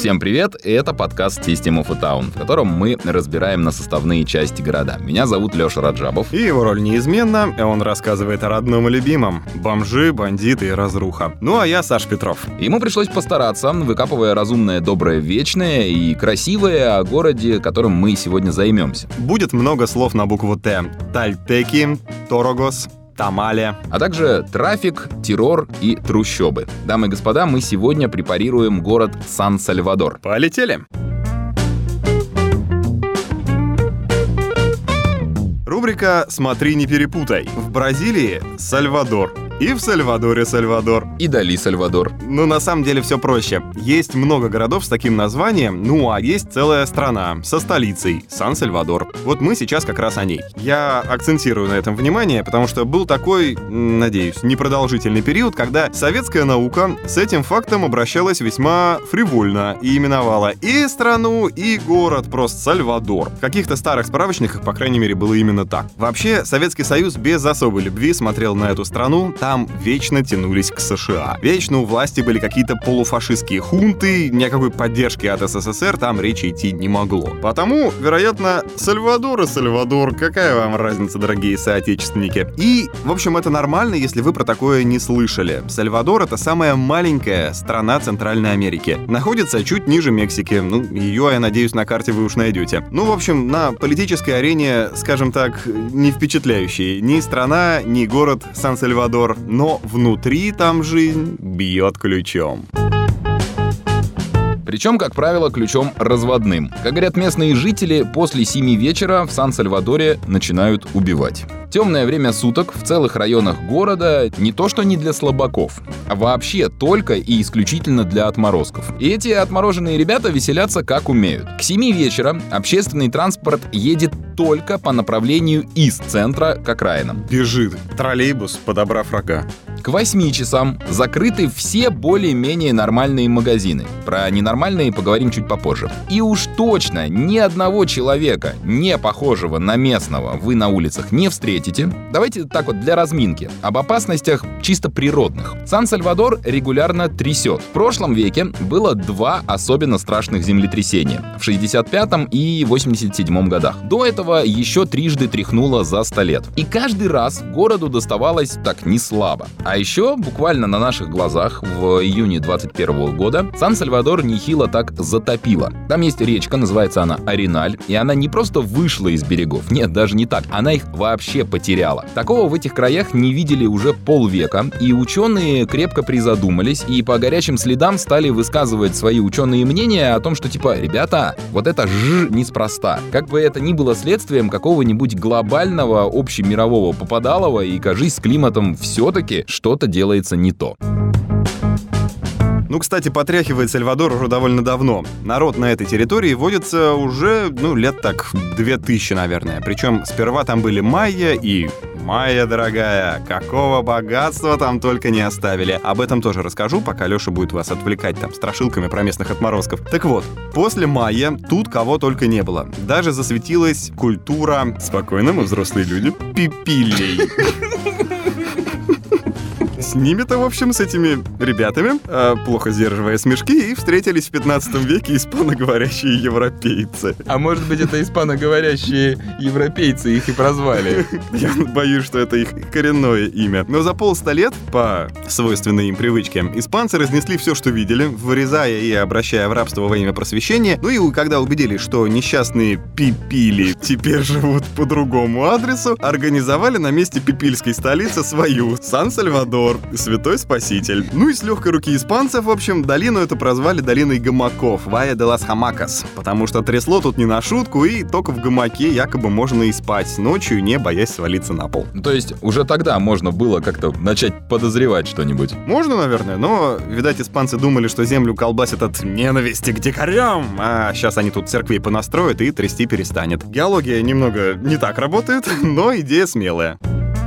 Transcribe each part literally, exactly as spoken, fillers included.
Всем привет, это подкаст System of a Town, в котором мы разбираем на составные части города. Меня зовут Лёша Раджабов. И его роль неизменна, и он рассказывает о родном и любимом. Бомжи, бандиты и разруха. Ну а я Саш Петров. Ему пришлось постараться, выкапывая разумное, доброе, вечное и красивое о городе, которым мы сегодня займемся. Будет много слов на букву Т. Тальтеки, Торогос, Тамале. А также трафик, террор и трущобы. Дамы и господа, мы сегодня препарируем город Сан-Сальвадор. Полетели! Рубрика «Смотри, не перепутай». В Бразилии — Сальвадор. И в Сальвадоре Сальвадор. И Дали Сальвадор. Ну, на самом деле все проще. Есть много городов с таким названием, ну а есть целая страна со столицей — Сан-Сальвадор. Вот мы сейчас как раз о ней. Я акцентирую на этом внимание, потому что был такой, надеюсь, непродолжительный период, когда советская наука с этим фактом обращалась весьма фривольно и именовала и страну, и город просто Сальвадор. В каких-то старых справочниках, по крайней мере, было именно так. Вообще, Советский Союз без особой любви смотрел на эту страну. Там вечно тянулись к США. Вечно у власти были какие-то полуфашистские хунты, никакой поддержки от СССР там речи идти не могло. Потому, вероятно, Сальвадор и Сальвадор, какая вам разница, дорогие соотечественники? И, в общем, это нормально, если вы про такое не слышали. Сальвадор — это самая маленькая страна Центральной Америки. Находится чуть ниже Мексики. Ну, ее, я надеюсь, на карте вы уж найдете. Ну, в общем, на политической арене, скажем так, не впечатляющие ни страна, ни город Сан-Сальвадор. Но внутри там жизнь бьет ключом. Причем, как правило, ключом разводным. Как говорят местные жители, после семи вечера в Сан-Сальвадоре начинают убивать. Темное время суток в целых районах города не то что не для слабаков, а вообще только и исключительно для отморозков. И эти отмороженные ребята веселятся как умеют. К семи вечера общественный транспорт едет только по направлению из центра к окраинам. Бежит троллейбус, подобрав рога. К восьми часам закрыты все более-менее нормальные магазины. Про ненормальные поговорим чуть попозже. И уж точно ни одного человека, не похожего на местного, вы на улицах не встретите. Давайте так вот для разминки. Об опасностях чисто природных. Сан-Сальвадор регулярно трясет. В прошлом веке было два особенно страшных землетрясения. В шестьдесят пятом и восемьдесят седьмом годах. До этого еще трижды тряхнуло за сто лет. И каждый раз городу доставалось так не слабо. А еще буквально на наших глазах в июне двадцать первого года Сан-Сальвадор нехило так затопило. Там есть речка, называется она Ареналь, и она не просто вышла из берегов, нет, даже не так, она их вообще потеряла. Такого в этих краях не видели уже полвека, и ученые крепко призадумались и по горячим следам стали высказывать свои ученые мнения о том, что типа, ребята, вот это ж неспроста. Как бы это ни было следствием какого-нибудь глобального общемирового попадалова, и, кажись, с климатом все-таки что-то делается не то. Ну, кстати, потряхивает Сальвадор уже довольно давно. Народ на этой территории водится уже, ну, лет так две тысячи, наверное. Причем сперва там были майя и... Майя, дорогая, какого богатства там только не оставили. Об этом тоже расскажу, пока Леша будет вас отвлекать там страшилками про местных отморозков. Так вот, после майя тут кого только не было. Даже засветилась культура... Спокойно, мы взрослые люди. Пипилей. С ними-то, в общем, с этими ребятами, э, плохо сдерживая смешки, и встретились в пятнадцатом веке испаноговорящие европейцы. А может быть, это испаноговорящие европейцы их и прозвали? Я боюсь, что это их коренное имя. Но за полста лет, по свойственной им привычке, испанцы разнесли все, что видели, вырезая и обращая в рабство во имя просвещения. Ну и когда убедились, что несчастные пипили теперь живут по другому адресу, организовали на месте пипильской столицы свою Сан-Сальвадор. Святой Спаситель. Ну и с легкой руки испанцев, в общем, долину эту прозвали долиной гамаков, Вая де лас Хамакас, потому что трясло тут не на шутку, и только в гамаке якобы можно и спать ночью, не боясь свалиться на пол. То есть уже тогда можно было как-то начать подозревать что-нибудь? Можно, наверное, но, видать, испанцы думали, что землю колбасят от ненависти к дикарям, а сейчас они тут церквей понастроят и трясти перестанет. Геология немного не так работает, но идея смелая.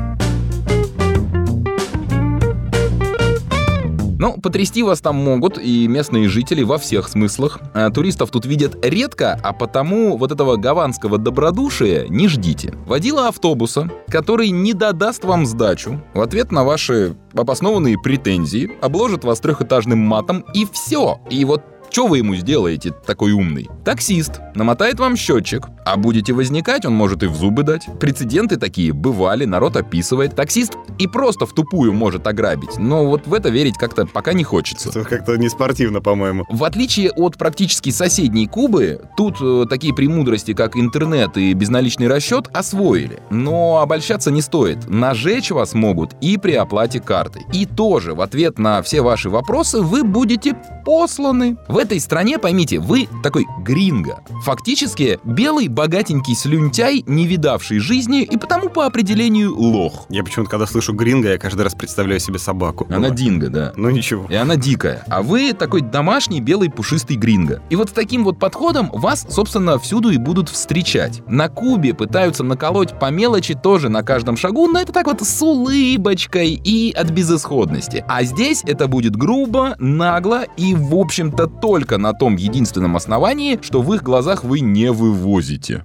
Ну, потрясти вас там могут и местные жители во всех смыслах. А туристов тут видят редко, а потому вот этого гаванского добродушия не ждите. Водила автобуса, который не додаст вам сдачу, в ответ на ваши обоснованные претензии обложит вас трехэтажным матом, и все. И вот Что вы ему сделаете, такой умный? Таксист намотает вам счетчик, а будете возникать, он может и в зубы дать. Прецеденты такие бывали, народ описывает. Таксист и просто в тупую может ограбить, но вот в это верить как-то пока не хочется. Это как-то не спортивно, по-моему. В отличие от практически соседней Кубы, тут э, такие премудрости, как интернет и безналичный расчет, освоили. Но обольщаться не стоит. Нажечь вас могут и при оплате картой. И тоже в ответ на все ваши вопросы вы будете посланы. В этой стране, поймите, вы такой гринго. Фактически белый богатенький слюнтяй, не видавший жизни и потому по определению лох. Я почему-то, когда слышу гринго, я каждый раз представляю себе собаку. Она Была. Динго, да. Ну ничего. И она дикая. А вы такой домашний белый пушистый гринго. И вот с таким вот подходом вас, собственно, всюду и будут встречать. На Кубе пытаются наколоть по мелочи тоже на каждом шагу, но это так вот с улыбочкой и от безысходности. А здесь это будет грубо, нагло и, в общем-то, только на том единственном основании, что в их глазах вы не вывозите.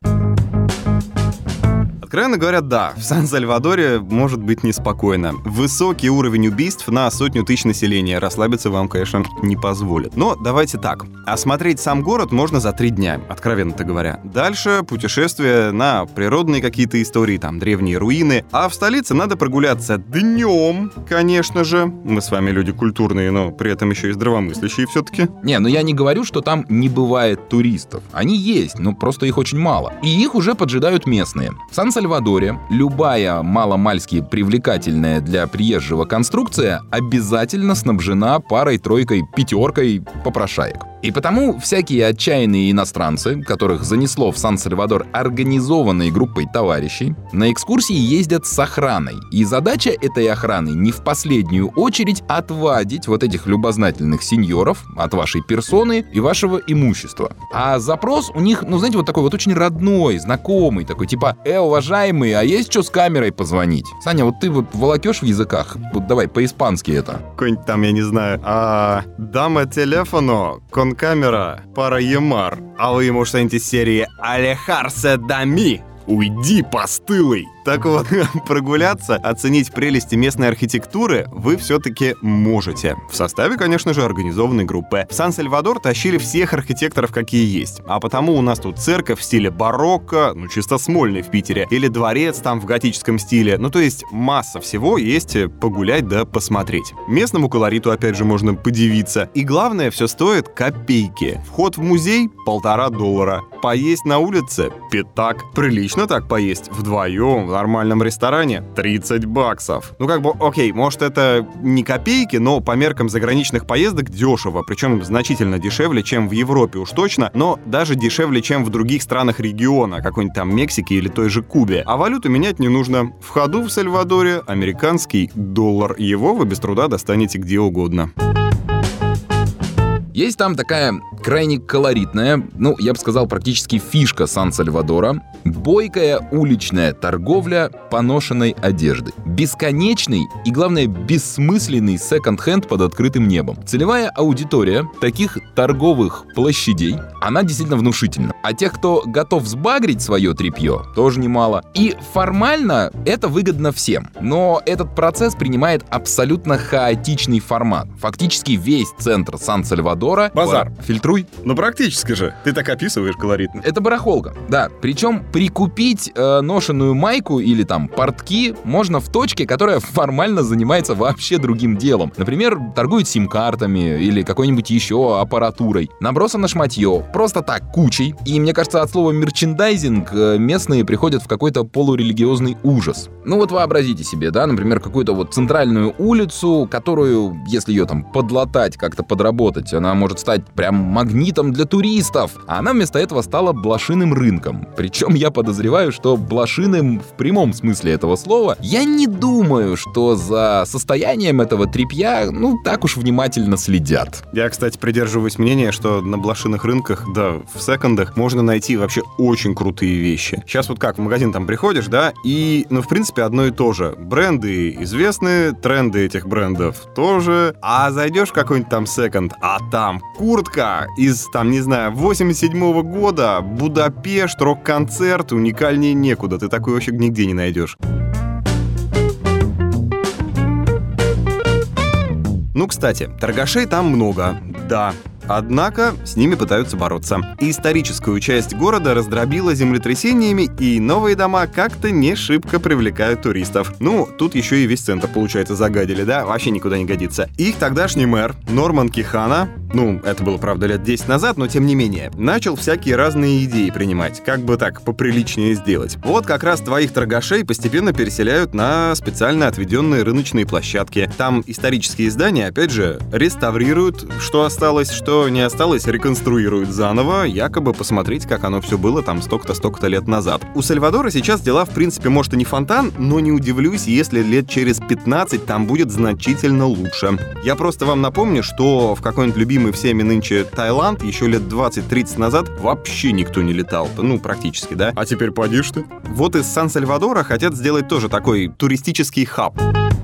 Откровенно говоря, да, в Сан-Сальвадоре может быть неспокойно. Высокий уровень убийств на сотню тысяч населения. Расслабиться вам, конечно, не позволит. Но давайте так. Осмотреть сам город можно за три дня, откровенно-то говоря. Дальше путешествие на природные какие-то истории, там, древние руины. А в столице надо прогуляться днем, конечно же. Мы с вами люди культурные, но при этом еще и здравомыслящие все-таки. Не, ну я не говорю, что там не бывает туристов. Они есть, но просто их очень мало. И их уже поджидают местные. В Сан-Сальвадоре В Сальвадоре любая маломальски привлекательная для приезжего конструкция обязательно снабжена парой-тройкой, пятеркой попрошаек. И потому всякие отчаянные иностранцы, которых занесло в Сан-Сальвадор организованной группой товарищей, на экскурсии ездят с охраной. И задача этой охраны не в последнюю очередь отвадить вот этих любознательных сеньоров от вашей персоны и вашего имущества. А запрос у них, ну знаете, вот такой вот очень родной, знакомый, такой типа «Э, уважаемый, а есть что с камерой позвонить?» Саня, вот ты вот волокешь в языках, вот давай по-испански это. Какой-нибудь там, я не знаю, а «Даме телефоно, кон камера, пара емар». А вы ему что-нибудь из серии «Алехарсе дами». Уйди, постылый! Так вот, прогуляться, оценить прелести местной архитектуры вы все-таки можете. В составе, конечно же, организованной группы. В Сан-Сальвадор тащили всех архитекторов, какие есть. А потому у нас тут церковь в стиле барокко, ну чисто Смольный в Питере, или дворец там в готическом стиле. Ну то есть масса всего есть погулять да посмотреть. Местному колориту опять же можно подивиться. И главное, все стоит копейки. Вход в музей — полтора доллара. Поесть на улице — пятак. Прилично так поесть вдвоем в нормальном ресторане тридцать баксов. Ну как бы, окей, может это не копейки, но по меркам заграничных поездок дешево, причем значительно дешевле, чем в Европе уж точно, но даже дешевле, чем в других странах региона, какой-нибудь там Мексике или той же Кубе. А валюту менять не нужно. В ходу в Сальвадоре американский доллар. Его вы без труда достанете где угодно. Есть там такая крайне колоритная, ну, я бы сказал, практически фишка Сан-Сальвадора — бойкая уличная торговля поношенной одежды. Бесконечный и, главное, бессмысленный секонд-хенд под открытым небом. Целевая аудитория таких торговых площадей, она действительно внушительна. А тех, кто готов сбагрить свое тряпье, тоже немало. И формально это выгодно всем. Но этот процесс принимает абсолютно хаотичный формат. Фактически весь центр Сан-Сальвадора — базар. Фильтруй. Ну практически же. Ты так описываешь колоритно. Это барахолка, да. Причем прикупить э, ношеную майку или там портки можно в точке, которая формально занимается вообще другим делом. Например, торгует сим-картами или какой-нибудь еще аппаратурой. Набросано шматье просто так, кучей. И мне кажется, от слова мерчендайзинг э, местные приходят в какой-то полурелигиозный ужас. Ну вот вообразите себе, да, например, какую-то вот центральную улицу, которую, если ее там подлатать, как-то подработать, она может стать прям магнитом для туристов. А она вместо этого стала блошиным рынком. Причем я подозреваю, что блошиным в прямом смысле этого слова. Я не думаю, что за состоянием этого тряпья, ну, так уж внимательно следят. Я, кстати, придерживаюсь мнения, что на блошиных рынках, да, в секондах, можно найти вообще очень крутые вещи. Сейчас вот как, в магазин там приходишь, да, и, ну, в принципе, одно и то же. Бренды известны, тренды этих брендов тоже. А зайдешь в какой-нибудь там секонд, а там куртка из, там, не знаю, восемьдесят седьмого года, Будапешт, рок-концерт, уникальнее некуда. Ты такой вообще нигде не найдешь. Ну, кстати, торгашей там много, да. Однако с ними пытаются бороться. Историческую часть города раздробило землетрясениями, и новые дома как-то не шибко привлекают туристов. Ну, тут еще и весь центр, получается, загадили, да? Вообще никуда не годится. Их тогдашний мэр Норман Кихана, ну, это было, правда, лет десять назад, но тем не менее, начал всякие разные идеи принимать, как бы так поприличнее сделать. Вот как раз твоих торгашей постепенно переселяют на специально отведенные рыночные площадки. Там исторические здания, опять же, реставрируют, что осталось, что не осталось, реконструируют заново, якобы посмотреть, как оно все было там столько-то, столько-то лет назад. У Сальвадора сейчас дела, в принципе, может и не фонтан, но не удивлюсь, если лет через пятнадцать там будет значительно лучше. Я просто вам напомню, что в какой-нибудь любимый всеми нынче Таиланд еще лет двадцать-тридцать назад вообще никто не летал. Ну, практически, да? А теперь поди ж ты. Вот из Сан-Сальвадора хотят сделать тоже такой туристический хаб.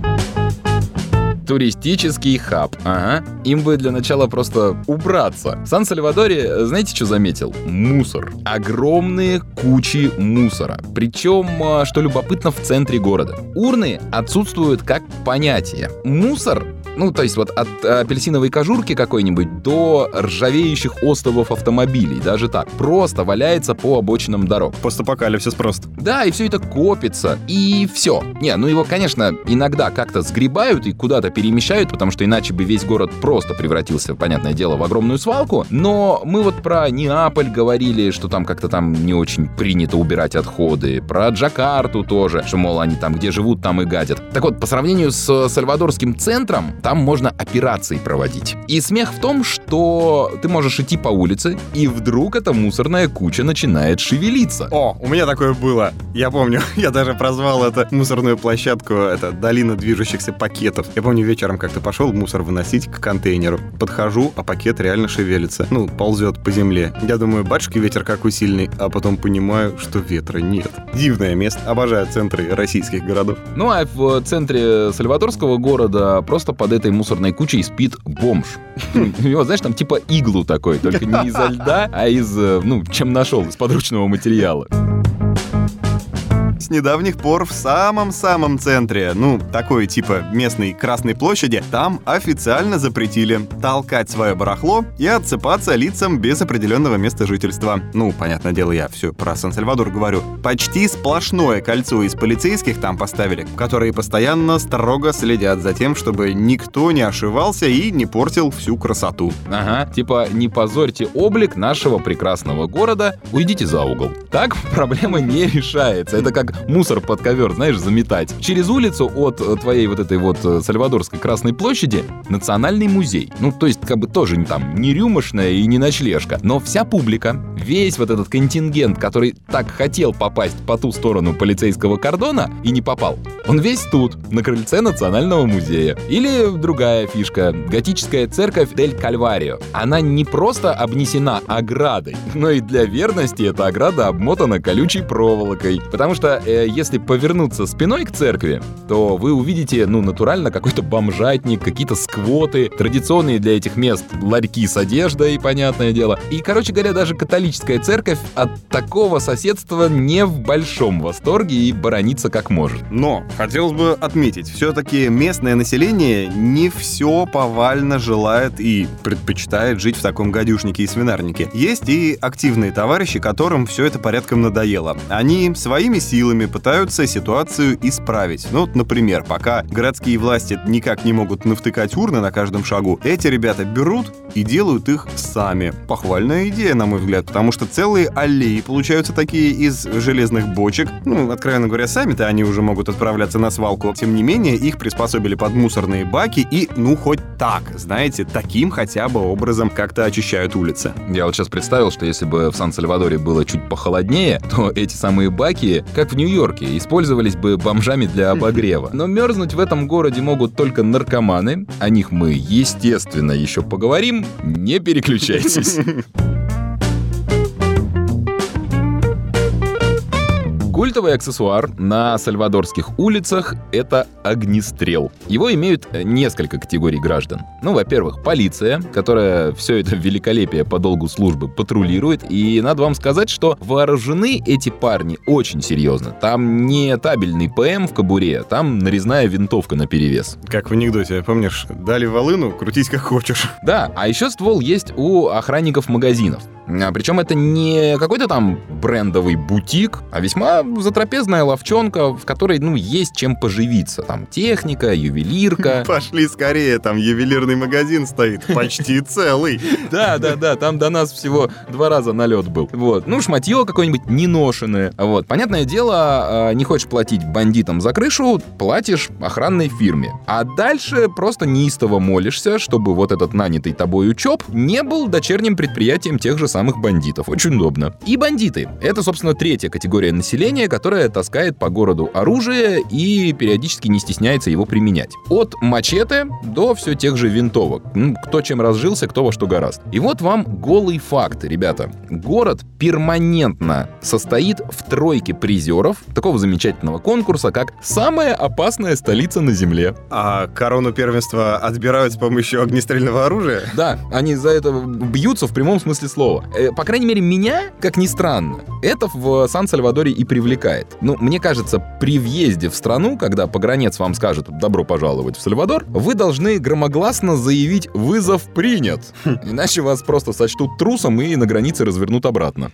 Туристический хаб. Ага. Им бы для начала просто убраться. В Сан-Сальвадоре, знаете, что заметил? Мусор. Огромные кучи мусора. Причем, что любопытно, в центре города. Урны отсутствуют как понятие. Мусор, ну, то есть вот от апельсиновой кожурки какой-нибудь до ржавеющих остовов автомобилей, даже так, просто валяется по обочинам дорог. Постапокалипсис просто. Да, и все это копится, и все. Не, ну его, конечно, иногда как-то сгребают и куда-то перемещают, потому что иначе бы весь город просто превратился, понятное дело, в огромную свалку. Но мы вот про Неаполь говорили, что там как-то там не очень принято убирать отходы. Про Джакарту тоже, что, мол, они там, где живут, там и гадят. Так вот, по сравнению с сальвадорским центром, там можно операции проводить. И смех в том, что ты можешь идти по улице, и вдруг эта мусорная куча начинает шевелиться. О, у меня такое было. Я помню, я даже прозвал это мусорную площадку, это долина движущихся пакетов. Я помню, вечером как-то пошел мусор выносить к контейнеру. Подхожу, а пакет реально шевелится. Ну, ползет по земле. Я думаю, батюшки, ветер какой сильный, а потом понимаю, что ветра нет. Дивное место. Обожаю центры российских городов. Ну, а в центре сальвадорского города просто под этой мусорной кучей спит бомж. Его, знаешь, там типа иглу такой, только не изо льда, а из, ну, чем нашел, из подручного материала. С недавних пор в самом-самом центре, ну, такой типа местной Красной площади, там официально запретили толкать свое барахло и отсыпаться лицам без определенного места жительства. Ну, понятное дело, я все про Сан-Сальвадор говорю. Почти сплошное кольцо из полицейских там поставили, которые постоянно строго следят за тем, чтобы никто не ошивался и не портил всю красоту. Ага, типа не позорьте облик нашего прекрасного города, уйдите за угол. Так проблема не решается. Это как мусор под ковер, знаешь, заметать. Через улицу от твоей вот этой вот Сальвадорской Красной площади Национальный музей. Ну, то есть, как бы тоже не там не рюмошная и не ночлежка. Но вся публика, весь вот этот контингент, который так хотел попасть по ту сторону полицейского кордона и не попал, он весь тут, на крыльце Национального музея. Или другая фишка. Готическая церковь Дель Кальварио. Она не просто обнесена оградой, но и для верности эта ограда обмотана колючей проволокой. Потому что э, если повернуться спиной к церкви, то вы увидите, ну, натурально какой-то бомжатник, какие-то сквоты, традиционные для этих мест ларьки с одеждой, понятное дело. И, короче говоря, даже католическая церковь от такого соседства не в большом восторге и боронится как может. Но хотелось бы отметить, все-таки местное население не все повально желает и предпочитает жить в таком гадюшнике и свинарнике. Есть и активные товарищи, которым все это порядком надоело. Они своими силами пытаются ситуацию исправить. Ну, вот, например, пока городские власти никак не могут навтыкать урны на каждом шагу, эти ребята берут и делают их сами. Похвальная идея, на мой взгляд, потому что целые аллеи получаются такие из железных бочек. Ну, откровенно говоря, сами-то они уже могут отправляться на свалку. Тем не менее, их приспособили под мусорные баки и, ну, хоть так, знаете, таким хотя бы образом как-то очищают улицы. Я вот сейчас представил, что если бы в Сан-Сальвадоре было чуть похолоднее, то эти самые баки, как в Нью-Йорке, использовались бы бомжами для обогрева. Но мерзнуть в этом городе могут только наркоманы. О них мы, естественно, еще поговорим. Не переключайтесь. Культовый аксессуар на сальвадорских улицах — это огнестрел. Его имеют несколько категорий граждан. Ну, во-первых, полиция, которая все это великолепие по долгу службы патрулирует. И надо вам сказать, что вооружены эти парни очень серьезно. Там не табельный ПМ в кобуре, там нарезная винтовка наперевес. Как в анекдоте, помнишь? Дали волыну, крутись как хочешь. Да, а еще ствол есть у охранников магазинов. Причем это не какой-то там брендовый бутик, а весьма затрапезная ловчонка, в которой, ну, есть чем поживиться. Там техника, ювелирка. Пошли скорее, там ювелирный магазин стоит, почти целый. Да, да, да, там до нас всего два раза налет был. Вот. Ну, шматье какое-нибудь неношенное. Вот. Понятное дело, не хочешь платить бандитам за крышу, платишь охранной фирме. А дальше просто неистово молишься, чтобы вот этот нанятый тобой учеб не был дочерним предприятием тех же самых бандитов. Очень удобно. И бандиты. Это, собственно, третья категория населения, которая таскает по городу оружие и периодически не стесняется его применять. От мачете до все тех же винтовок. Ну, кто чем разжился, кто во что гораст. И вот вам голый факт, ребята. Город перманентно состоит в тройке призеров такого замечательного конкурса, как «Самая опасная столица на Земле». А корону первенства отбирают с помощью огнестрельного оружия? Да, они за это бьются в прямом смысле слова. По крайней мере, меня, как ни странно, это в Сан-Сальвадоре и привлекает. Ну, мне кажется, при въезде в страну, когда погранец вам скажет «добро пожаловать в Сальвадор», вы должны громогласно заявить «вызов принят». Иначе вас просто сочтут трусом и на границе развернут обратно.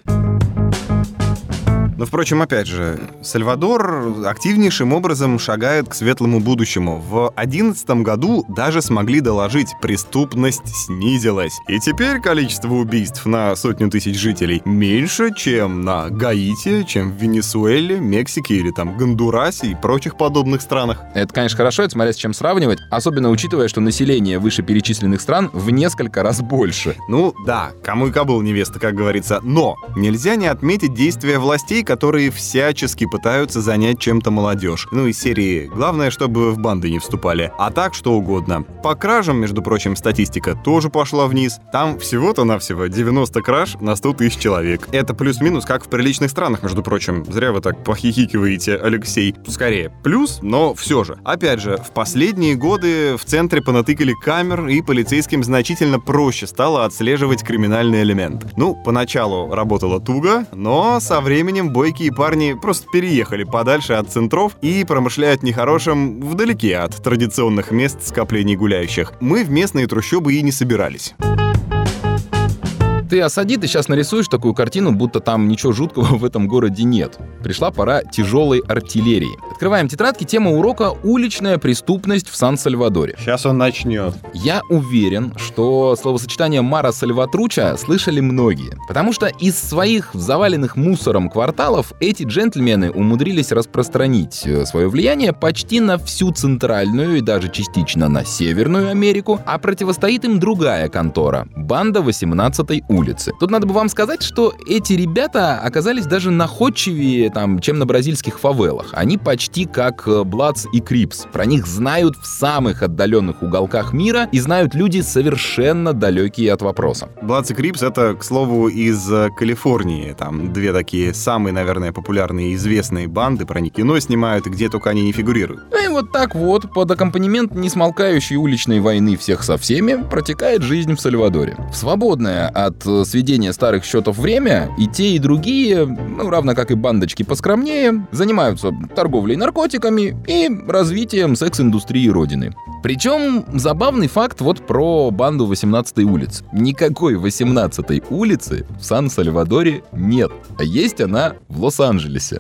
Но, впрочем, опять же, Сальвадор активнейшим образом шагает к светлому будущему. В две тысячи одиннадцатом году даже смогли доложить, преступность снизилась. И теперь количество убийств на сотню тысяч жителей меньше, чем на Гаити, чем в Венесуэле, Мексике или там Гондурасе и прочих подобных странах. Это, конечно, хорошо, это смотря с чем сравнивать, особенно учитывая, что население вышеперечисленных стран в несколько раз больше. Ну да, кому и кобыл невеста, как говорится. Но нельзя не отметить действия властей, которые всячески пытаются занять чем-то молодежь. Ну, из серии «Главное, чтобы в банды не вступали». А так, что угодно. По кражам, между прочим, статистика тоже пошла вниз. Там всего-то навсего девяносто краж на сто тысяч человек. Это плюс-минус, как в приличных странах, между прочим. Зря вы так похихикиваете, Алексей. Скорее, плюс, но все же. Опять же, в последние годы в центре понатыкали камер, и полицейским значительно проще стало отслеживать криминальный элемент. Ну, поначалу работало туго, но со временем бойкие парни просто переехали подальше от центров и промышляют нехорошим вдалеке от традиционных мест скоплений гуляющих. Мы в местные трущобы и не собирались. Ты осади, ты сейчас нарисуешь такую картину, будто там ничего жуткого в этом городе нет. Пришла пора тяжелой артиллерии. Открываем тетрадки, тема урока «Уличная преступность в Сан-Сальвадоре». Сейчас он начнет. Я уверен, что словосочетание «Мара Сальватруча» слышали многие, потому что из своих заваленных мусором кварталов эти джентльмены умудрились распространить свое влияние почти на всю Центральную и даже частично на Северную Америку, а противостоит им другая контора — банда восемнадцатой улицы. Тут надо бы вам сказать, что эти ребята оказались даже находчивее, там, чем на бразильских фавелах. Они почти как Блатс и Крипс. Про них знают в самых отдаленных уголках мира и знают люди совершенно далекие от вопроса. Блатс и Крипс — это, к слову, из Калифорнии. Там две такие самые, наверное, популярные и известные банды. Про них кино снимают, и где только они не фигурируют. И вот так вот, под аккомпанемент несмолкающей уличной войны всех со всеми, протекает жизнь в Сальвадоре. В свободное от сведения старых счетов время и те, и другие, ну, равно как и бандочки поскромнее, занимаются торговлей наркотиками и развитием секс-индустрии родины. Причем забавный факт вот про банду восемнадцатой улицы. Никакой восемнадцатой улицы в Сан-Сальвадоре нет, а есть она в Лос-Анджелесе.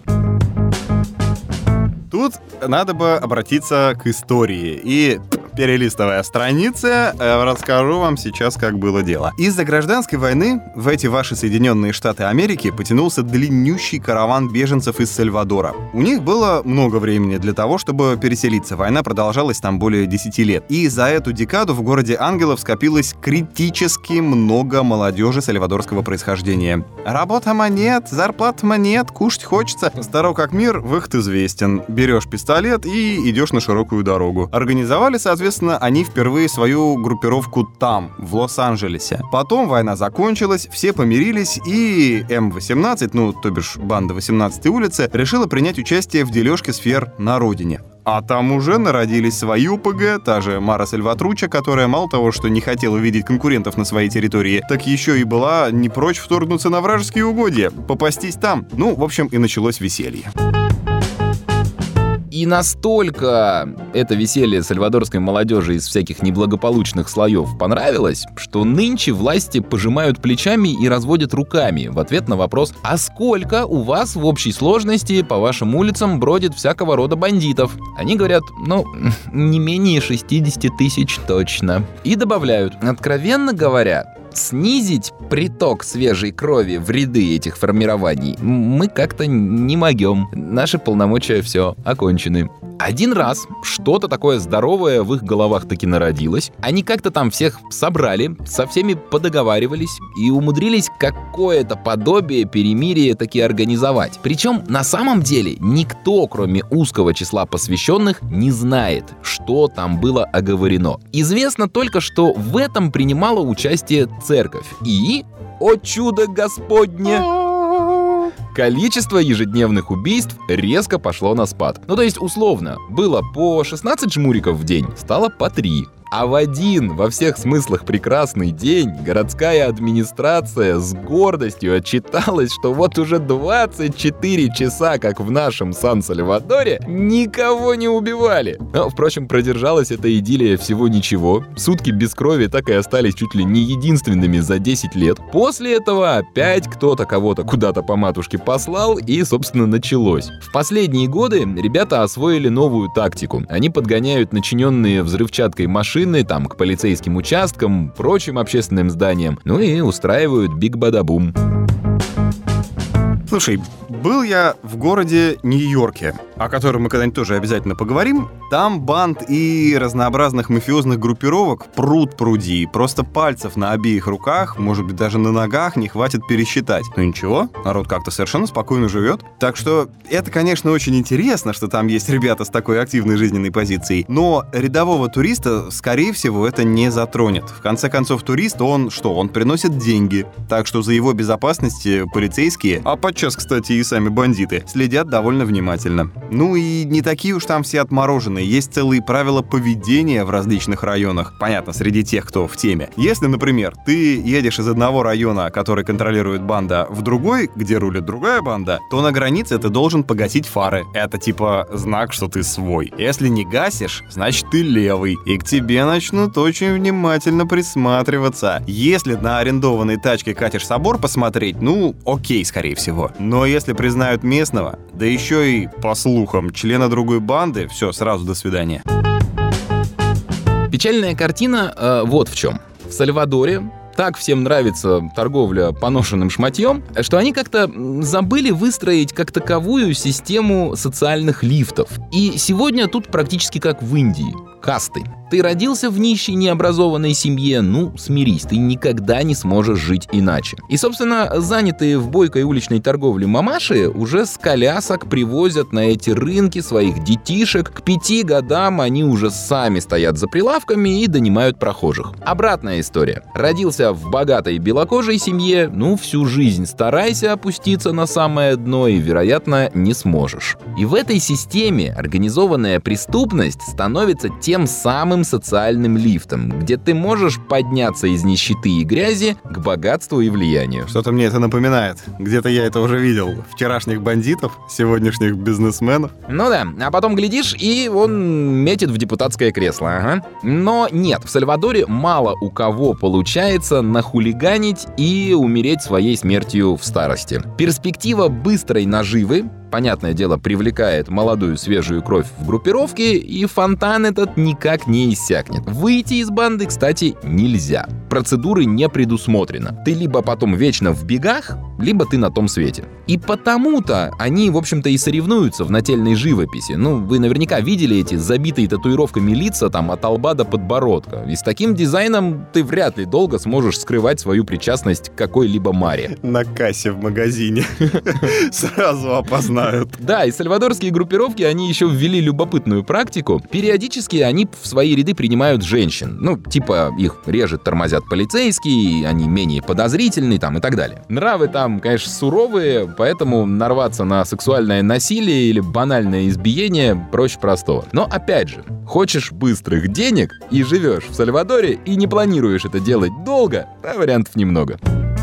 Тут надо бы обратиться к истории и... Перелистывая страницы, расскажу вам сейчас, как было дело. Из-за гражданской войны в эти ваши Соединенные Штаты Америки потянулся длиннющий караван беженцев из Сальвадора. У них было много времени для того, чтобы переселиться. Война продолжалась там более десяти лет. И за эту декаду в городе Ангелов скопилось критически много молодежи сальвадорского происхождения. Работа нет, зарплата нет, кушать хочется. Старо как мир, выход известен. Берешь пистолет и идешь на широкую дорогу. Организовали, соответственно, соответственно, они впервые свою группировку там, в Лос-Анджелесе. Потом война закончилась, все помирились, и эм восемнадцать, ну, то бишь банда восемнадцатой улицы, решила принять участие в дележке сфер на родине. А там уже народились свои ОПГ, та же Мара Сальватруча, которая мало того, что не хотела видеть конкурентов на своей территории, так еще и была не прочь вторгнуться на вражеские угодья, попастись там. Ну, в общем, и началось веселье. И настолько это веселье сальвадорской молодежи из всяких неблагополучных слоев понравилось, что нынче власти пожимают плечами и разводят руками в ответ на вопрос: а сколько у вас в общей сложности по вашим улицам бродит всякого рода бандитов? Они говорят: ну, не менее шестьдесят тысяч точно. И добавляют: откровенно говоря, снизить приток свежей крови в ряды этих формирований мы как-то не могем. Наши полномочия все окончены. Один раз что-то такое здоровое в их головах таки народилось. Они как-то там всех собрали, со всеми подоговаривались и умудрились какое-то подобие перемирия таки организовать. Причем на самом деле никто, кроме узкого числа посвященных, не знает, что там было оговорено. Известно только, что в этом принимала участие церковь. И, о чудо Господне, количество ежедневных убийств резко пошло на спад. Ну, то есть, условно, было по шестнадцать жмуриков в день, стало по три. А в один, во всех смыслах прекрасный день, городская администрация с гордостью отчиталась, что вот уже двадцать четыре часа, как в нашем Сан-Сальвадоре, никого не убивали. Но, впрочем, продержалась эта идиллия всего ничего. Сутки без крови так и остались чуть ли не единственными за десять лет. После этого опять кто-то кого-то куда-то по матушке послал, и, собственно, началось. В последние годы ребята освоили новую тактику. Они подгоняют начиненные взрывчаткой машины там к полицейским участкам, прочим общественным зданиям, ну и устраивают биг-бада-бум. Слушай, был я в городе Нью-Йорке, о котором мы когда-нибудь тоже обязательно поговорим. Там банд и разнообразных мафиозных группировок пруд-пруди. Просто пальцев на обеих руках, может быть, даже на ногах не хватит пересчитать. Но ничего, народ как-то совершенно спокойно живет. Так что это, конечно, очень интересно, что там есть ребята с такой активной жизненной позицией. Но рядового туриста, скорее всего, это не затронет. В конце концов, турист, он что? Он приносит деньги. Так что за его безопасностью полицейские, а подчас, кстати, и сами бандиты, следят довольно внимательно. Ну и не такие уж там все отмороженные. Есть целые правила поведения в различных районах. Понятно, среди тех, кто в теме. Если, например, ты едешь из одного района, который контролирует банда, в другой, где рулит другая банда, то на границе ты должен погасить фары. Это типа знак, что ты свой. Если не гасишь, значит ты левый. И к тебе начнут очень внимательно присматриваться. Если на арендованной тачке катишь собор посмотреть, ну, окей, скорее всего. Но если признают местного, да еще и, по слухам, члена другой банды, все, сразу до свидания. Печальная картина э, вот в чем. В Сальвадоре так всем нравится торговля поношенным шматьем, что они как-то забыли выстроить как таковую систему социальных лифтов. И сегодня тут практически как в Индии. Касты. Ты родился в нищей необразованной семье, ну, смирись, ты никогда не сможешь жить иначе. И, собственно, занятые в бойкой уличной торговле мамаши уже с колясок привозят на эти рынки своих детишек. К пяти годам они уже сами стоят за прилавками и донимают прохожих. Обратная история. Родился в богатой белокожей семье, ну, всю жизнь старайся опуститься на самое дно и, вероятно, не сможешь. И в этой системе организованная преступность становится тем самым социальным лифтом, где ты можешь подняться из нищеты и грязи к богатству и влиянию. Что-то мне это напоминает. Где-то я это уже видел. Вчерашних бандитов, сегодняшних бизнесменов. Ну да, а потом глядишь, и он метит в депутатское кресло, ага. Но нет, в Сальвадоре мало у кого получается нахулиганить и умереть своей смертью в старости. Перспектива быстрой наживы, понятное дело, привлекает молодую свежую кровь в группировке, и фонтан этот никак не иссякнет. Выйти из банды, кстати, нельзя. процедуры не предусмотрено. Ты либо потом вечно в бегах, либо ты на том свете. И потому-то они, в общем-то, и соревнуются в нательной живописи. Ну, вы наверняка видели эти забитые татуировками лица там от лба до подбородка. И с таким дизайном ты вряд ли долго сможешь скрывать свою причастность к какой-либо маре. На кассе в магазине сразу опознают. Да, и сальвадорские группировки, они еще ввели любопытную практику. Периодически они в свои ряды принимают женщин. Ну, типа их режет, тормозят полицейские, они менее подозрительные там и так далее. Нравы там, конечно, суровые, поэтому нарваться на сексуальное насилие или банальное избиение проще простого. Но опять же, хочешь быстрых денег и живешь в Сальвадоре и не планируешь это делать долго, а вариантов немного.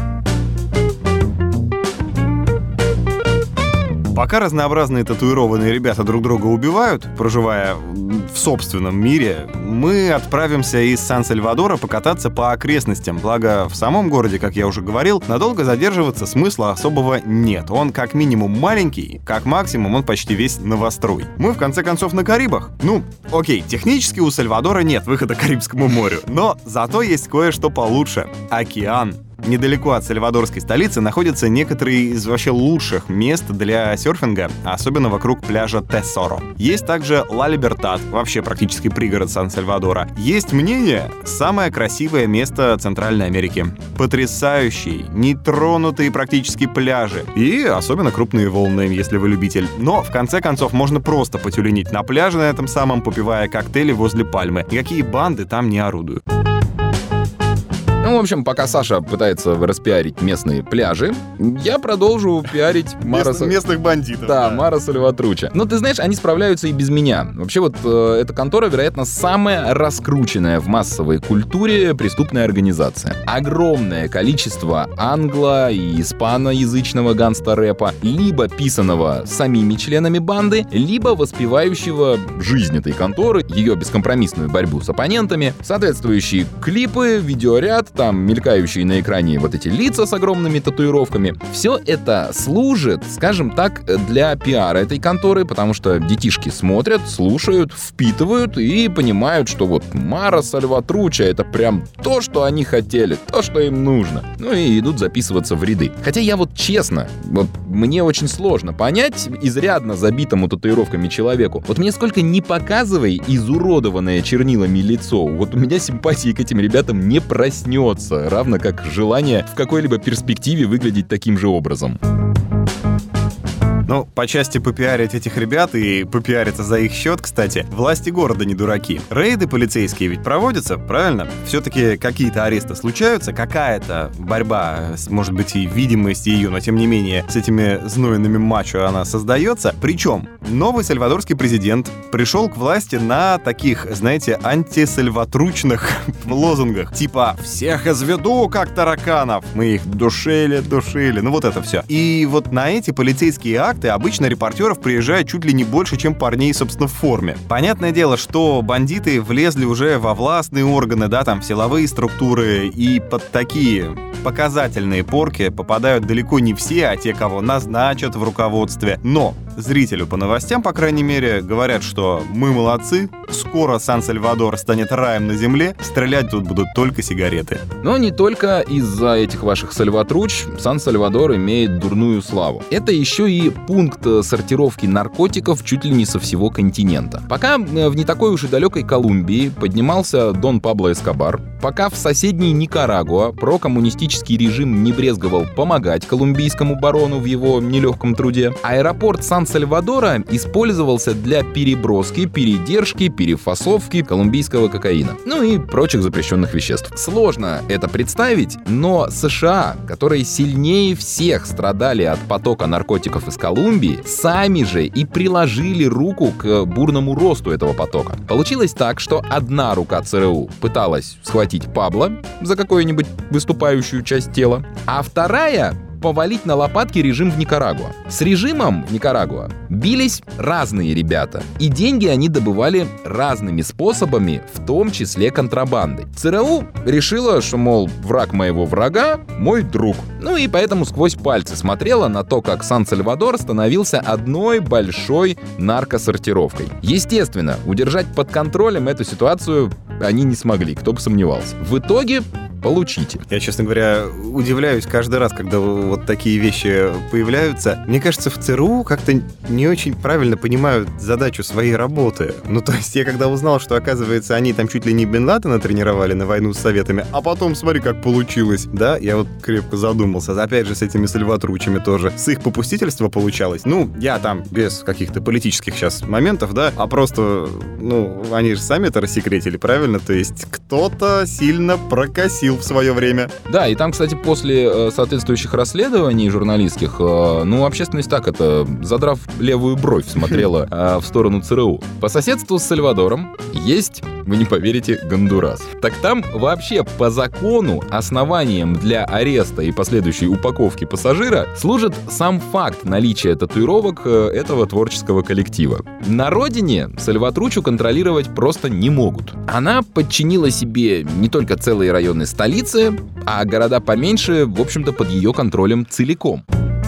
Пока разнообразные татуированные ребята друг друга убивают, проживая в собственном мире, мы отправимся из Сан-Сальвадора покататься по окрестностям. Благо, в самом городе, как я уже говорил, надолго задерживаться смысла особого нет. Он как минимум маленький, как максимум он почти весь новострой. Мы, в конце концов, на Карибах. Ну, окей, технически у Сальвадора нет выхода к Карибскому морю, но зато есть кое-что получше — океан. Недалеко от сальвадорской столицы находятся некоторые из вообще лучших мест для серфинга, особенно вокруг пляжа Тесоро. Есть также Ла Либертад, вообще практически пригород Сан-Сальвадора. Есть мнение — самое красивое место Центральной Америки. Потрясающие, нетронутые практически пляжи. И особенно крупные волны, если вы любитель. Но, в конце концов, можно просто потюленить на пляже на этом самом, попивая коктейли возле пальмы. Никакие банды там не орудуют. Ну, в общем, пока Саша пытается распиарить местные пляжи, я продолжу пиарить Мара... Мест, местных бандитов. Да, да. Мара Сальватруча. Но ты знаешь, они справляются и без меня. Вообще вот э, эта контора, вероятно, самая раскрученная в массовой культуре преступная организация. Огромное количество англо- и испаноязычного ганста-рэпа, либо писанного самими членами банды, либо воспевающего жизнь этой конторы, ее бескомпромиссную борьбу с оппонентами, соответствующие клипы, видеоряд, там мелькающие на экране вот эти лица с огромными татуировками. Все это служит, скажем так, для пиара этой конторы, потому что детишки смотрят, слушают, впитывают и понимают, что вот Мара Сальватруча — это прям то, что они хотели, то, что им нужно. Ну и идут записываться в ряды. Хотя я вот честно, вот мне очень сложно понять изрядно забитому татуировками человеку. Вот мне сколько ни показывай изуродованное чернилами лицо, вот у меня симпатии к этим ребятам не проснется, равно как желание в какой-либо перспективе выглядеть таким же образом. Ну, по части попиарить этих ребят и попиариться за их счет, кстати, власти города не дураки. Рейды полицейские ведь проводятся, правильно? Все-таки какие-то аресты случаются, какая-то борьба, может быть, и видимость ее, но тем не менее с этими знойными мачо она создается. Причем новый сальвадорский президент пришел к власти на таких, знаете, антисальватручных лозунгах. Типа «всех изведу, как тараканов». Мы их душили, душили, ну вот это все. И вот на эти полицейские акты обычно репортеров приезжает чуть ли не больше, чем парней, собственно, в форме. Понятное дело, что бандиты влезли уже во властные органы, да, там, в силовые структуры, и под такие показательные порки попадают далеко не все, а те, кого назначат в руководстве. Но зрителю по новостям, по крайней мере, говорят, что мы молодцы, скоро Сан-Сальвадор станет раем на земле, стрелять тут будут только сигареты. Но не только из-за этих ваших сальватруч Сан-Сальвадор имеет дурную славу. Это еще и пункт сортировки наркотиков чуть ли не со всего континента. Пока в не такой уж и далекой Колумбии поднимался Дон Пабло Эскобар, пока в соседней Никарагуа прокоммунистический режим не брезговал помогать колумбийскому барону в его нелегком труде, аэропорт Сан-Сальвадора использовался для переброски, передержки, перефасовки колумбийского кокаина, ну и прочих запрещенных веществ. Сложно это представить, но США, которые сильнее всех страдали от потока наркотиков из Колумбии, сами же и приложили руку к бурному росту этого потока. Получилось так, что одна рука ЦРУ пыталась схватить Пабло за какую-нибудь выступающую часть тела, а вторая повалить на лопатки режим в Никарагуа. С режимом в Никарагуа бились разные ребята, и деньги они добывали разными способами, в том числе контрабандой. ЦРУ решила, что, мол, враг моего врага — мой друг. Ну и поэтому сквозь пальцы смотрела на то, как Сан-Сальвадор становился одной большой наркосортировкой. Естественно, удержать под контролем эту ситуацию они не смогли, кто бы сомневался. В итоге получите. Я, честно говоря, удивляюсь каждый раз, когда вот такие вещи появляются. Мне кажется, в ЦРУ как-то не очень правильно понимают задачу своей работы. Ну, то есть я когда узнал, что, оказывается, они там чуть ли не Бен Ладена тренировали на войну с Советами, а потом, смотри, как получилось, да, я вот крепко задумался. Опять же, с этими сальватручами тоже. С их попустительства получалось. Ну, я там без каких-то политических сейчас моментов, да, а просто, ну, они же сами это рассекретили, правильно? То есть кто-то сильно прокосил в свое время. Да, и там, кстати, после э, соответствующих расследований журналистских, э, ну, общественность так это, задрав левую бровь, смотрела э, в сторону ЦРУ. По соседству с Сальвадором есть, вы не поверите, Гондурас. Так там вообще по закону основанием для ареста и последующей упаковки пассажира служит сам факт наличия татуировок э, этого творческого коллектива. На родине Сальватручу контролировать просто не могут. Она подчинила себе не только целые районы столицы, а города поменьше, в общем-то, под ее контролем целиком.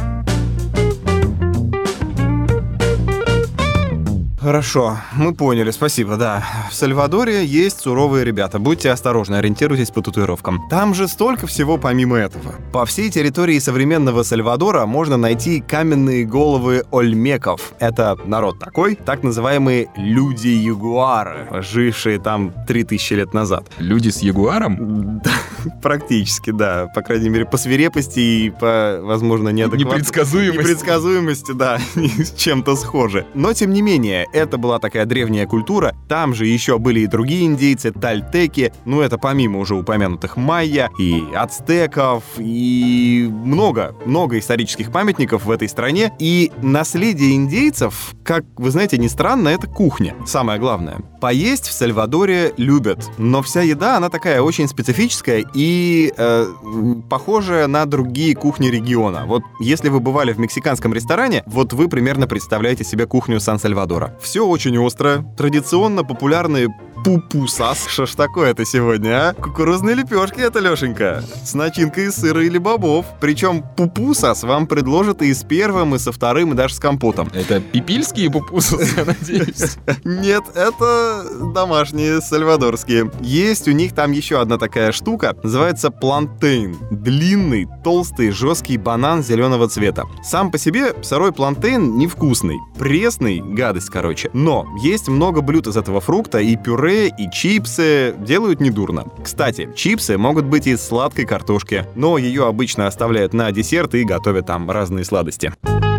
Хорошо, мы поняли, спасибо, да. В Сальвадоре есть суровые ребята, будьте осторожны, ориентируйтесь по татуировкам. Там же столько всего помимо этого. По всей территории современного Сальвадора можно найти каменные головы ольмеков. Это народ такой, так называемые люди-ягуары, жившие там три тысячи лет назад. Люди с ягуаром? Практически, да. По крайней мере, по свирепости и по, возможно, неадекватности. Непредсказуемости. Непредсказуемости, да, с чем-то схожи. Но, тем не менее, это была такая древняя культура. Там же еще были и другие индейцы, тальтеки. Ну, это помимо уже упомянутых майя и ацтеков, и много, много исторических памятников в этой стране. И наследие индейцев, как вы знаете, не странно, это кухня. Самое главное. Поесть в Сальвадоре любят, но вся еда, она такая очень специфическая и э, похожая на другие кухни региона. Вот если вы бывали в мексиканском ресторане, вот вы примерно представляете себе кухню Сан-Сальвадора. Все очень острое, традиционно популярные пупусас. Что ж такое-то сегодня, а? Кукурузные лепешки это, Лешенька. С начинкой из сыра или бобов. Причем пупусас вам предложат и с первым, и со вторым, и даже с компотом. Это пипильские пупусасы, я надеюсь? Нет, это домашние, сальвадорские. Есть у них там еще одна такая штука, называется плантейн. Длинный, толстый, жесткий банан зеленого цвета. Сам по себе сырой плантейн невкусный. Пресный, гадость, короче. Но есть много блюд из этого фрукта, и пюре, и чипсы делают недурно. Кстати, чипсы могут быть из сладкой картошки, но ее обычно оставляют на десерт и готовят там разные сладости.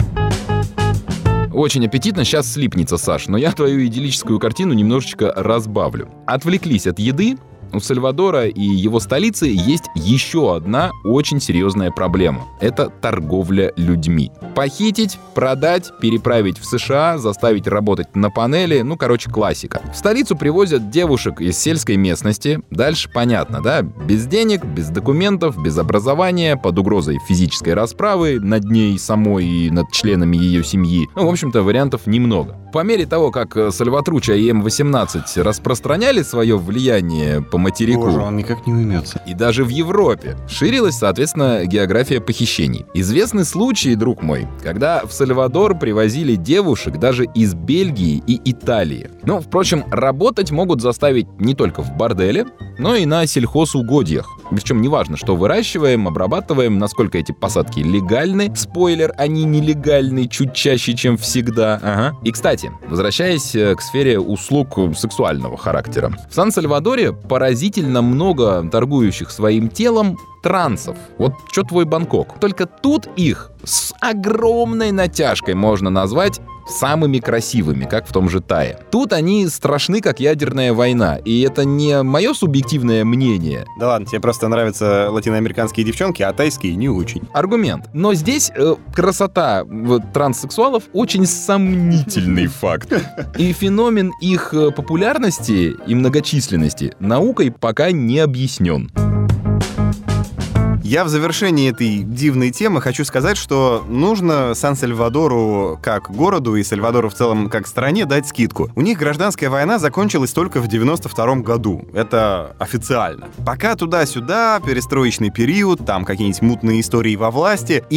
Очень аппетитно, сейчас слипнется, Саш, но я твою идиллическую картину немножечко разбавлю. Отвлеклись от еды. У Сальвадора и его столицы есть еще одна очень серьезная проблема. Это торговля людьми. Похитить, продать, переправить в США, заставить работать на панели, ну, короче, классика. В столицу привозят девушек из сельской местности. Дальше понятно, да? Без денег, без документов, без образования, под угрозой физической расправы над ней самой и над членами ее семьи. Ну, в общем-то, вариантов немного. По мере того, как Сальватруча и эм восемнадцать распространяли свое влияние по материку. Боже, он никак не уймется. И даже в Европе ширилась, соответственно, география похищений. Известны случаи, друг мой, когда в Сальвадор привозили девушек даже из Бельгии и Италии. Но, впрочем, работать могут заставить не только в борделе, но и на сельхозугодьях. Причем неважно, что выращиваем, обрабатываем, насколько эти посадки легальны. Спойлер, они нелегальны чуть чаще, чем всегда. Ага. И, кстати, возвращаясь к сфере услуг сексуального характера. В Сан-Сальвадоре поразительно много торгующих своим телом трансов. Вот что твой Бангкок. Только тут их с огромной натяжкой можно назвать самыми красивыми, как в том же Тае. Тут они страшны, как ядерная война. И это не мое субъективное мнение. Да ладно, тебе просто нравятся латиноамериканские девчонки, а тайские не очень. Аргумент. Но здесь э, красота э, транссексуалов очень сомнительный факт. И феномен их популярности и многочисленности наукой пока не объяснен. Я в завершении этой дивной темы хочу сказать, что нужно Сан-Сальвадору как городу и Сальвадору в целом как стране дать скидку. У них гражданская война закончилась только в девяносто втором году. Это официально. Пока туда-сюда, перестроечный период, там какие-нибудь мутные истории во власти. И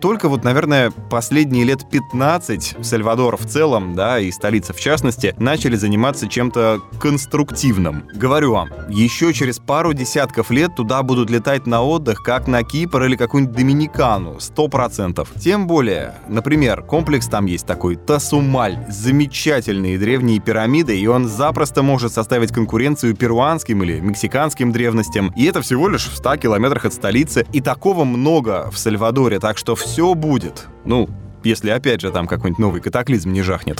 только вот, наверное, последние лет пятнадцать Сальвадор в целом, да, и столица в частности, начали заниматься чем-то конструктивным. Говорю вам, еще через пару десятков лет туда будут летать на отдых, как на Кипр или какую-нибудь Доминикану, сто процентов. Тем более, например, комплекс там есть такой Тасумаль, замечательные древние пирамиды, и он запросто может составить конкуренцию перуанским или мексиканским древностям. И это всего лишь в ста километрах от столицы. И такого много в Сальвадоре, так что все будет. Ну, если опять же там какой-нибудь новый катаклизм не жахнет.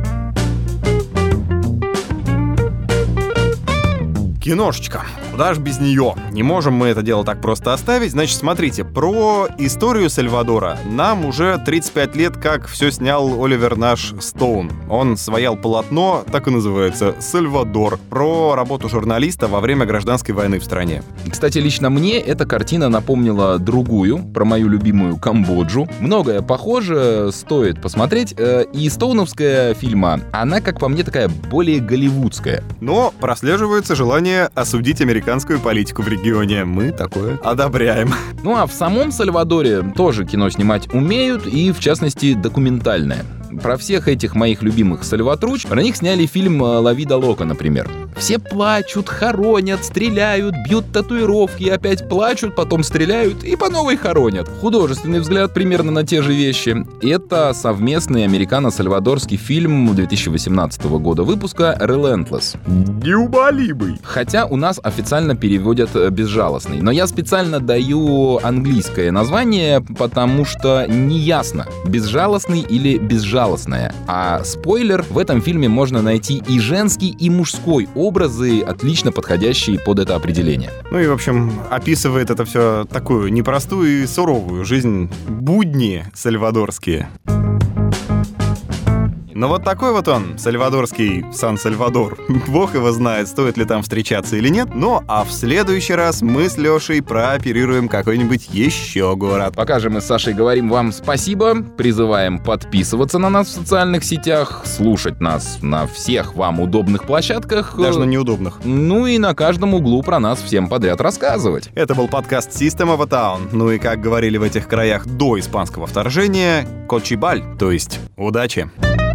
Киношечка. Куда ж без нее? Не можем мы это дело так просто оставить. Значит, смотрите, про историю Сальвадора нам уже тридцать пять лет, как все снял Оливер наш Стоун. Он своял полотно, так и называется, «Сальвадор», про работу журналиста во время гражданской войны в стране. Кстати, лично мне эта картина напомнила другую, про мою любимую Камбоджу. Многое похоже, стоит посмотреть. И стоуновская фильма, она, как по мне, такая более голливудская. Но прослеживается желание осудить американскую политику в регионе. Мы такое одобряем. Ну а в самом Сальвадоре тоже кино снимать умеют, и в частности документальное. Про всех этих моих любимых сальватруч, про них сняли фильм «Ла Вида Лока», например. Все плачут, хоронят, стреляют, бьют татуировки, опять плачут, потом стреляют и по новой хоронят. Художественный взгляд примерно на те же вещи. Это совместный американо-сальвадорский фильм две тысячи восемнадцатого года выпуска «Relentless». Неумолимый. Хотя у нас официально переводят «безжалостный». Но я специально даю английское название, потому что неясно, безжалостный или безжалостный. А спойлер, в этом фильме можно найти и женский, и мужской образы, отлично подходящие под это определение. Ну и, в общем, описывает это все такую непростую и суровую жизнь, будни сальвадорские. Но вот такой вот он, сальвадорский Сан-Сальвадор. Бог его знает, стоит ли там встречаться или нет. Ну, а в следующий раз мы с Лешей прооперируем какой-нибудь еще город. Пока же мы с Сашей говорим вам спасибо, призываем подписываться на нас в социальных сетях, слушать нас на всех вам удобных площадках. Даже на неудобных. Ну и на каждом углу про нас всем подряд рассказывать. Это был подкаст System of a Town. Ну и, как говорили в этих краях до испанского вторжения, кочибаль, то есть удачи.